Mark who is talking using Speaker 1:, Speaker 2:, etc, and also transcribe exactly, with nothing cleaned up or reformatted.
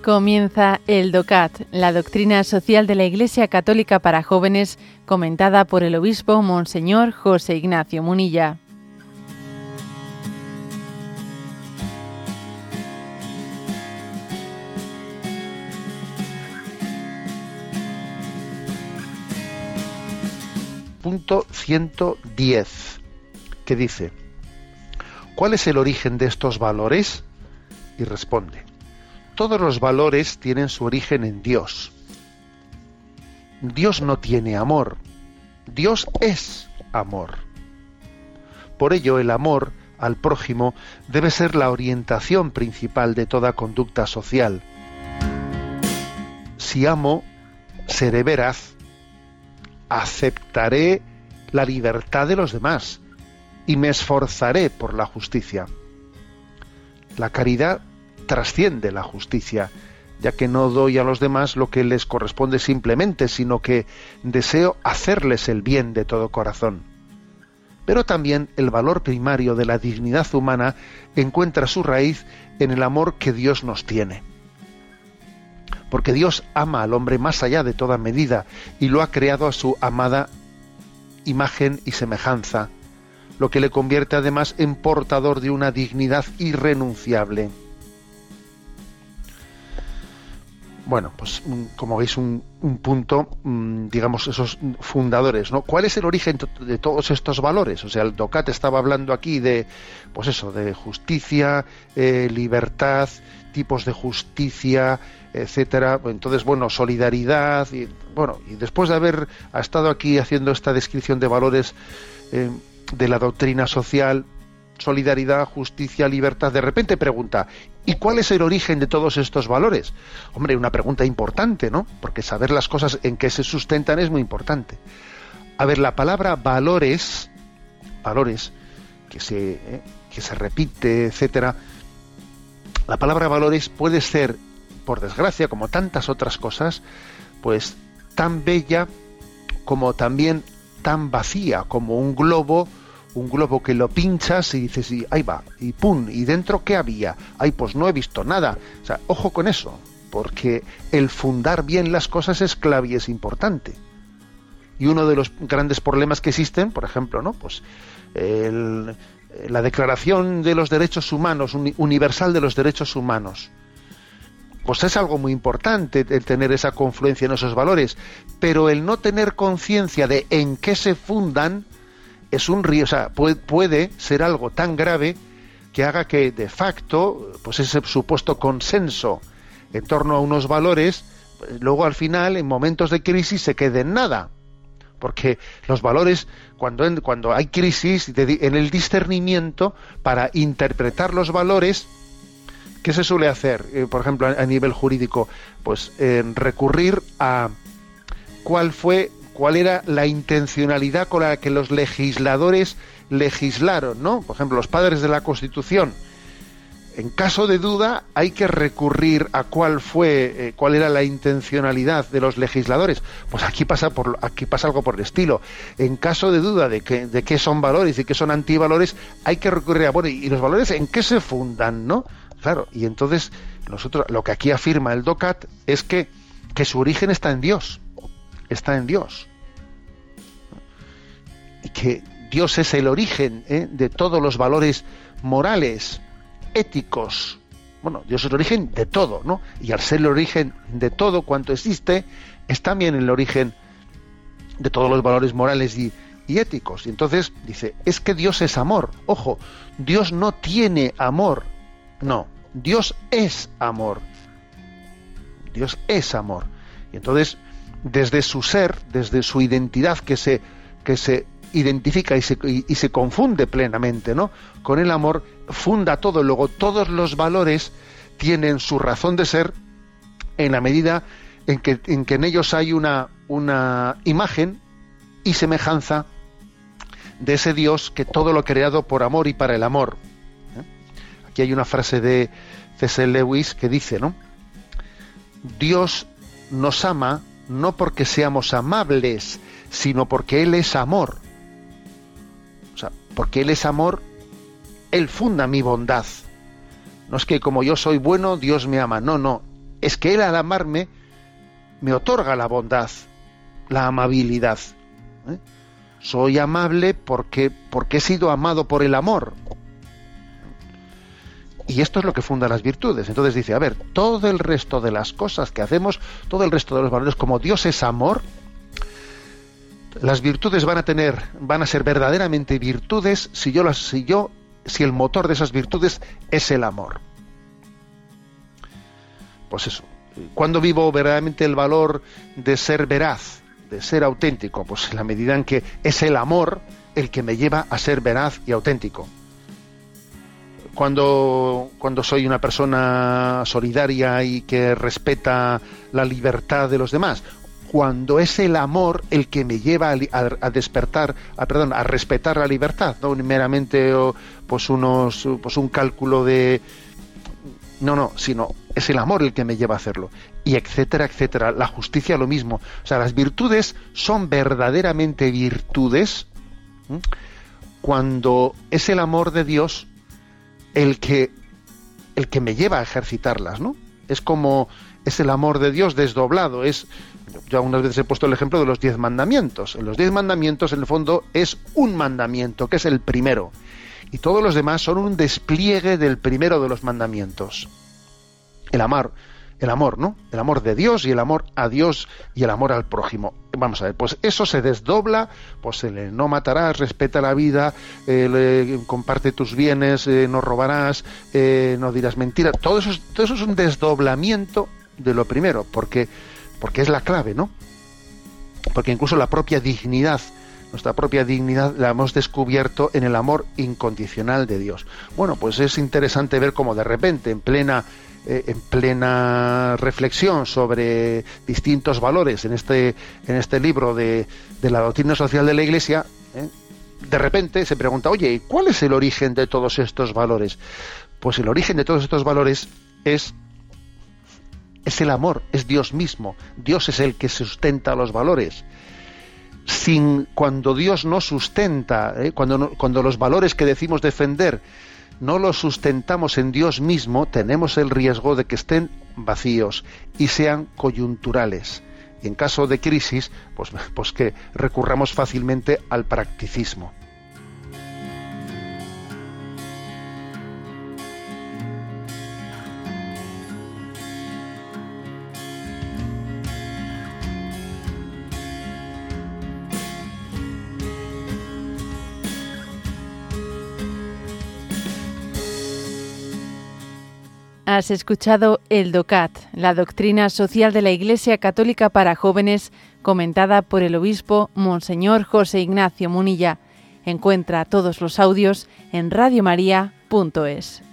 Speaker 1: Comienza el DOCAT, la doctrina social de la Iglesia Católica para jóvenes, comentada por el obispo Monseñor José Ignacio Munilla.
Speaker 2: Punto ciento diez, que dice: ¿cuál es el origen de estos valores? Y responde: todos los valores tienen su origen en Dios. Dios no tiene amor, Dios es amor. Por ello, el amor al prójimo debe ser la orientación principal de toda conducta social. Si amo, seré veraz, aceptaré la libertad de los demás y me esforzaré por la justicia. La caridad trasciende la justicia, ya que no doy a los demás lo que les corresponde simplemente, sino que deseo hacerles el bien de todo corazón. Pero también el valor primario de la dignidad humana encuentra su raíz en el amor que Dios nos tiene. Porque Dios ama al hombre más allá de toda medida y lo ha creado a su amada imagen y semejanza, lo que le convierte además en portador de una dignidad irrenunciable. Bueno, pues como veis, un, un punto, digamos, esos fundadores, ¿no? ¿Cuál es el origen de todos estos valores? O sea, el DOCAT estaba hablando aquí de, pues eso, de justicia, eh, libertad, tipos de justicia, etcétera. Entonces, bueno, solidaridad, y bueno, y después de haber estado aquí haciendo esta descripción de valores eh, de la doctrina social, solidaridad, justicia, libertad, de repente pregunta: ¿y cuál es el origen de todos estos valores? Hombre, una pregunta importante, ¿no? Porque saber las cosas en que se sustentan es muy importante. A ver, la palabra valores, valores, que se, eh, que se repite, etcétera, la palabra valores puede ser, por desgracia, como tantas otras cosas, pues tan bella como también tan vacía, como un globo, un globo que lo pinchas y dices, y ahí va, y pum, ¿y dentro qué había? Ay, pues no he visto nada. O sea, ojo con eso, porque el fundar bien las cosas es clave y es importante. Y uno de los grandes problemas que existen, por ejemplo, ¿no? Pues el, la Declaración de los Derechos Humanos, universal de los derechos humanos, pues es algo muy importante el tener esa confluencia en esos valores, pero el no tener conciencia de en qué se fundan es un río, o sea, puede, puede ser algo tan grave que haga que de facto, pues ese supuesto consenso en torno a unos valores, pues luego al final, en momentos de crisis, se quede en nada. Porque los valores, cuando, en, cuando hay crisis, de, en el discernimiento, para interpretar los valores, ¿qué se suele hacer? Eh, por ejemplo, a, a nivel jurídico, pues eh, recurrir a cuál fue, cuál era la intencionalidad con la que los legisladores legislaron, ¿no? Por ejemplo, los padres de la Constitución. En caso de duda, hay que recurrir a cuál fue, eh, cuál era la intencionalidad de los legisladores. Pues aquí pasa por, aquí pasa algo por el estilo. En caso de duda de que, de qué son valores y qué son antivalores, hay que recurrir a, bueno, y los valores en qué se fundan, ¿no? Claro, y entonces nosotros, lo que aquí afirma el DOCAT es que, que su origen está en Dios, está en Dios. Y que Dios es el origen, ¿eh? de todos los valores morales, éticos. Bueno, Dios es el origen de todo, ¿no? Y al ser el origen de todo cuanto existe, es también el origen de todos los valores morales y, y éticos. Y entonces dice, es que Dios es amor. Ojo, Dios no tiene amor. No, Dios es amor. Dios es amor. Y entonces, desde su ser, desde su identidad que se, que se identifica y se, y, y se confunde plenamente, ¿no?, con el amor, funda todo. Luego todos los valores tienen su razón de ser en la medida en que en, que en ellos hay una, una imagen y semejanza de ese Dios que todo lo ha creado por amor y para el amor. ¿Eh? Aquí hay una frase de C S Lewis que dice, ¿no?, Dios nos ama no porque seamos amables, sino porque Él es amor. O sea, porque Él es amor, Él funda mi bondad. No es que como yo soy bueno, Dios me ama. No, no. es que Él al amarme me otorga la bondad, la amabilidad. ¿eh? Soy amable porque, porque he sido amado por el amor. Y esto es lo que funda las virtudes. Entonces dice, a ver, todo el resto de las cosas que hacemos, todo el resto de los valores, como Dios es amor, las virtudes van a tener, van a ser verdaderamente virtudes si yo las, si yo, si el motor de esas virtudes es el amor. Pues eso. ¿Cuándo vivo verdaderamente el valor de ser veraz, de ser auténtico? Pues en la medida en que es el amor el que me lleva a ser veraz y auténtico. Cuando, cuando soy una persona solidaria y que respeta la libertad de los demás. Cuando es el amor el que me lleva a, a, a despertar, a, perdón, a respetar la libertad, no meramente o, pues unos, pues un cálculo de, no, no, sino es el amor el que me lleva a hacerlo, y etcétera, etcétera. La justicia lo mismo. O sea, las virtudes son verdaderamente virtudes ¿sí? cuando es el amor de Dios el que el que me lleva a ejercitarlas, ¿no? Es como es el amor de Dios desdoblado. Es, yo algunas veces he puesto el ejemplo de los diez mandamientos. En los diez mandamientos, en el fondo, es un mandamiento, que es el primero. Y todos los demás son un despliegue del primero de los mandamientos. El amor, el amor, ¿no? El amor de Dios y el amor a Dios y el amor al prójimo. Vamos a ver, pues eso se desdobla, pues el no matarás, respeta la vida, eh, comparte tus bienes, eh, no robarás, eh, no dirás mentiras. Todo eso, es, todo eso es un desdoblamiento de lo primero, porque, porque es la clave, ¿no? Porque incluso la propia dignidad, nuestra propia dignidad la hemos descubierto en el amor incondicional de Dios. Bueno, pues es interesante ver cómo de repente, en plena eh, en plena reflexión sobre distintos valores en este en este libro de, de la doctrina social de la Iglesia, ¿eh? de repente se pregunta, oye, ¿cuál es el origen de todos estos valores? Pues el origen de todos estos valores es es el amor, es Dios mismo. Dios es el que sustenta los valores. Sin, cuando Dios no sustenta, ¿eh? cuando, no, cuando los valores que decimos defender no los sustentamos en Dios mismo, tenemos el riesgo de que estén vacíos y sean coyunturales. Y en caso de crisis, pues, pues que recurramos fácilmente al practicismo.
Speaker 1: Has escuchado el DOCAT, la doctrina social de la Iglesia Católica para jóvenes, comentada por el obispo Monseñor José Ignacio Munilla. Encuentra todos los audios en radio maría punto es.